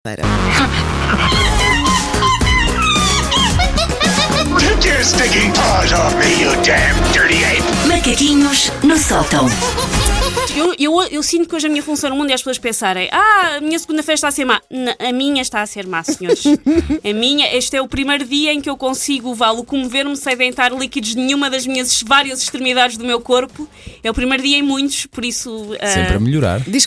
Take your stinking paws off me, you damn dirty ape! Macaquinhos no sótão. Eu sinto que hoje a minha função no mundo é as pessoas pensarem: a minha segunda-feira está a ser má. A minha está a ser má, senhores. Este é o primeiro dia em que eu consigo locomover-me sem deitar líquidos de nenhuma das minhas várias extremidades do meu corpo. É o primeiro dia em muitos, por isso... Sempre a melhorar. Diz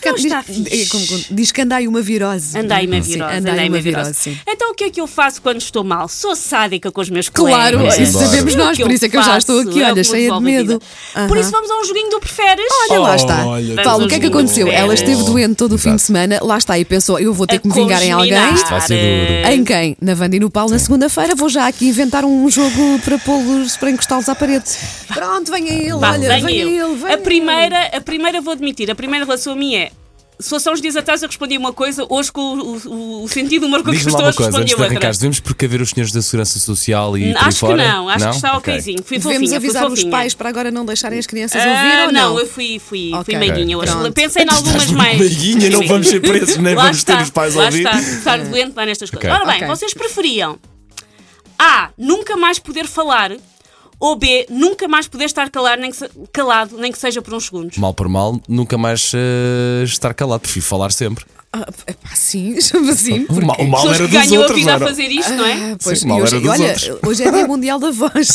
que andai uma virose. Andai uma virose. Sim. Então o que é que eu faço quando estou mal? Sou sádica com os meus colegas. Claro, isso sabemos nós, por isso é que eu já estou aqui, olha, cheia de medo. Por isso vamos a um joguinho do preferes. Olha, lá está. Paulo, o que é que aconteceu? Ela esteve doente todo o fim de semana, lá está, e pensou: eu vou ter que me vingar em alguém. Isto vai ser duro. Em quem? Na Wanda e no Paulo, na segunda-feira. Vou já aqui inventar um jogo para encostá-los à parede. Pronto, venha ele, olha, venha ele. A primeira vou admitir, a primeira relação a mim é: se fosse há uns dias atrás eu respondia uma coisa, hoje com o sentido do humor com que Diz-me estou lá a uma coisa, responder antes de outra. arrancares, devemos precaver os senhores da Segurança Social e por aí Acho que fora? não, acho que está Ok. okzinho. Fui Devemos fofinha, avisar fui os fofinha. pais para agora não deixarem as crianças ouvir ou não? Eu fui Ok. meiguinha hoje. Pronto. Pensei em algumas mais. Meiguinha, não vamos ser presos, nem Lá vamos ter está, os pais a lá ouvir. está, estar doente lá nestas coisas. Ok. Ora bem, Ok. vocês preferiam A, nunca mais poder falar, ou B, nunca mais poder estar calado, nem que seja por uns segundos? Mal por mal, nunca mais estar calado, prefiro falar sempre. Sim, O mal Pessoas era que dos ganham a outros, vida não a era? fazer isto, não é? Pois, Sim, mal e hoje, era dos olha, outros. hoje é Dia Mundial da Voz.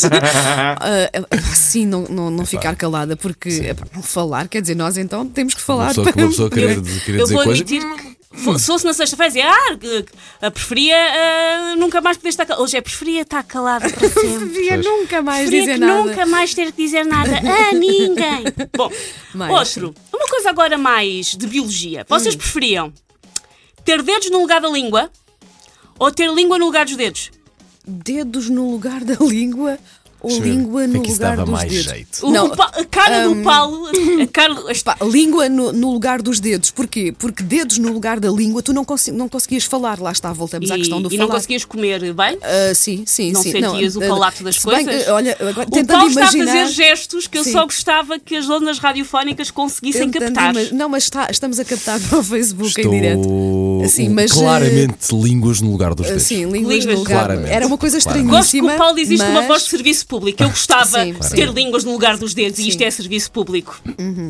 Sim, não ficar calada, porque não falar, quer dizer, nós então temos que falar. Uma pessoa querer Eu dizer vou coisas. admitir que se fosse na sexta-feira dizia preferia nunca mais poder estar calado. Hoje preferia estar calada para sempre. Preferia nunca mais Preferia dizer que nada. nunca mais ter que dizer nada a ninguém. Bom, Mais, outro. Uma coisa agora mais de biologia. Vocês preferiam ter dedos no lugar da língua ou ter língua no lugar dos dedos? Dedos no lugar da língua ou língua no que isso lugar dava dos mais dedos? jeito. Não, A cara do Paulo... Pá, língua no lugar dos dedos. Porquê? Porque dedos no lugar da língua tu não conseguias falar. Lá está, voltamos à questão do e falar. não conseguias comer bem? Sim. Não sentias o palato das se bem coisas? que, olha, agora, O tentando Paulo está a imaginar, fazer gestos que eu Sim. só gostava que as ondas radiofónicas conseguissem tentando captar. Não, mas estamos a captar para o Facebook em direto. Estou Sim, mas, claramente línguas no lugar dos dedos. Sim, línguas no Línguas. lugar. Claramente. Era uma coisa Gosto que estranhíssima. o Paulo diz isto numa mas- voz de serviço público. Eu gostava Sim, de sim. ter línguas no lugar dos dedos e isto é serviço público.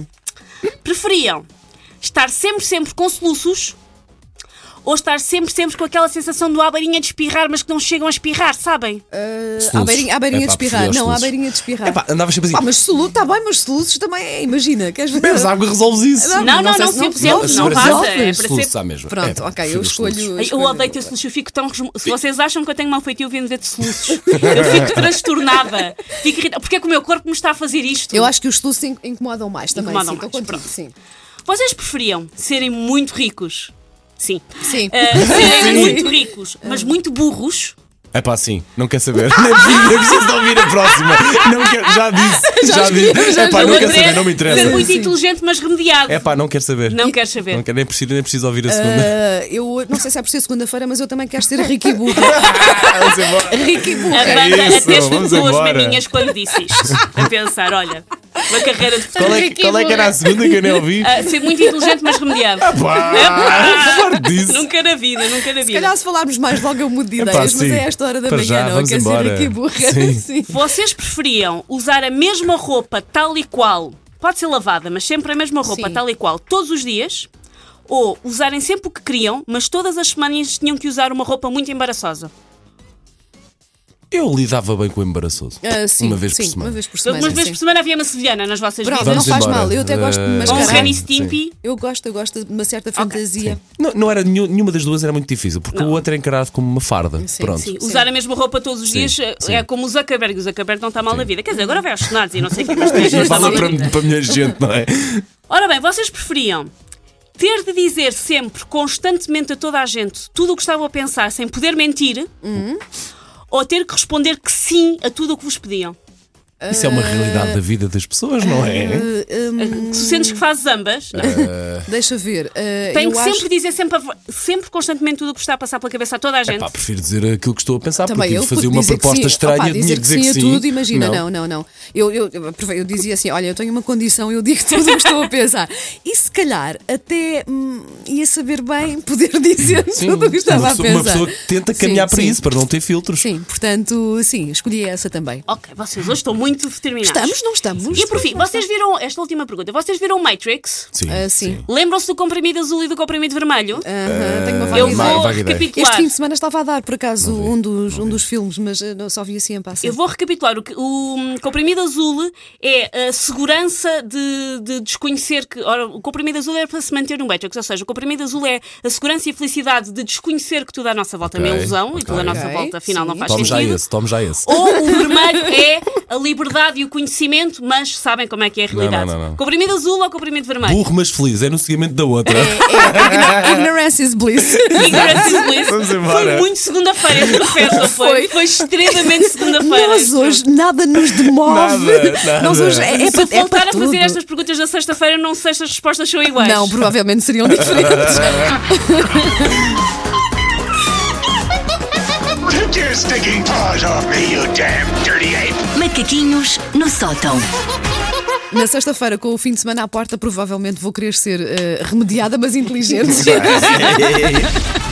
Preferiam estar sempre com soluços ou estar sempre com aquela sensação do à beirinha de espirrar, mas que não chegam a espirrar, sabem? À beirinha de Epá, espirrar. prefiro Não, à os beirinha de espirrar. Epá, andavas sempre assim. Mas soluço, está bem, mas soluços também é, imagina, queres ver? Bebes água, resolves isso. Não, sei se sempre, não não para passa. sempre. É para Soluços sempre. à mesma. Pronto, Epá, ok, prefiro eu os soluços. escolho. Eu odeio ter soluços, eu fico tão... Se vocês acham que eu tenho mau feitio, eu venho ver de soluços. Eu fico transtornada. Fico irritada. Porque é que o meu corpo me está a fazer isto? Eu acho que os soluços incomodam mais também. Incomodam Sim, mais, estou contigo, pronto. sim. Vocês preferiam serem muito ricos? Sim. Sim. Serem muito ricos, mas muito burros? É pá, sim, não quer saber. Nem preciso de ouvir a próxima. Não quer, já disse. É pá, não quer saber, não me Ser interessa. muito Sim. inteligente, mas remediado. É pá, não quer saber. Não quer saber. Não quer, nem preciso ouvir a segunda. Eu não sei se é por ser segunda-feira, mas eu também quero ser rica e burra. Vamos embora. Rica e A burra. banda isso, até vamos especulou as embora. maminhas quando disse isto. A pensar, olha, uma carreira de Qual é que era a segunda que eu nem ouvi? Ser muito inteligente, mas remediado. Pá, forte disso. Nunca na vida. Se calhar se falarmos mais logo eu mudo de Epá, ideias, mas sim. é esta hora da Para manhã, já, não? Eu vamos quero embora. ser rica e burra. Sim. Sim. Vocês preferiam usar a mesma roupa tal e qual, pode ser lavada, mas sempre a mesma roupa Sim. tal e qual, todos os dias? Ou usarem sempre o que queriam, mas todas as semanas tinham que usar uma roupa muito embaraçosa? Eu lidava bem com o embaraçoso. Sim, Uma vez por sim, semana. Uma vez por semana. Umas vezes sim. por semana havia uma sevilhana nas vossas Pronto, vidas. não Vamos faz embora. mal. Eu até gosto de Ou um mascarar. Renny Stimpy. Eu gosto de uma certa fantasia. Não era nenhuma das duas era muito difícil, porque o outro é encarado como uma farda. Sim, Pronto. sim. Usar a mesma roupa todos os Sim, dias sim. é como o Zuckerberg. O Zuckerberg não está mal na vida. Quer dizer, agora vai aos cenários e não sei o que, mas também não está mal Fala na vida. para a minha gente, não é? Ora bem, vocês preferiam ter de dizer sempre, constantemente a toda a gente, tudo o que estavam a pensar sem poder mentir, ou ter que responder que sim a tudo o que vos pediam? Isso é uma realidade da vida das pessoas, não é? Tu sentes que fazes ambas? Deixa ver. Tenho que sempre dizer, sempre constantemente tudo o que está a passar pela cabeça a toda a gente. Pá, prefiro dizer aquilo que estou a pensar, Também porque eu fazer uma dizer que proposta sim. estranha Opa, tinha que dizer que a sim. tudo, imagina, não. Eu dizia assim, olha, eu tenho uma condição, eu digo tudo o que estou a pensar. E se calhar até ia saber bem poder dizer tudo o que estava a pensar. Uma pessoa que tenta caminhar para isso, para não ter filtros. Sim, portanto, sim, escolhi essa também. Ok, vocês hoje estão muito determinados. Não estamos? E por fim, vocês viram, esta última pergunta, vocês viram Matrix? Sim. Lembram-se do comprimido azul e do comprimido vermelho? Tenho uma vaga Eu ideia. vou vaga ideia. recapitular. Este fim de semana estava a dar, por acaso, um dos filmes, mas eu só vi assim em passar. Eu vou recapitular. O comprimido azul é a segurança de desconhecer que... Ora, o comprimido azul é para se manter no Matrix, ou seja, o comprimido azul é a segurança e a felicidade de desconhecer que tudo à nossa volta é uma ilusão e tudo à nossa volta afinal não faz Tome sentido. Tome já esse. Ou o vermelho é a liberdade e o conhecimento, mas sabem como é que é a realidade. Não. Comprimido azul ou comprimido vermelho? Burro, mas feliz, é no seguimento da outra. Ignorance is bliss. Ignorance is bliss. Vamos embora. Foi muito segunda-feira esta festa, foi extremamente segunda-feira. Nós hoje nada nos demove. Nada. Nós hoje Se é voltar para a fazer tudo. estas perguntas na sexta-feira, não sei se as respostas são iguais. Não, provavelmente seriam diferentes. Take your stinking paws off me, you damn dirty ape! Macaquinhos no sótão. Na sexta-feira, com o fim de semana à porta, provavelmente vou querer ser remediada, mas inteligente.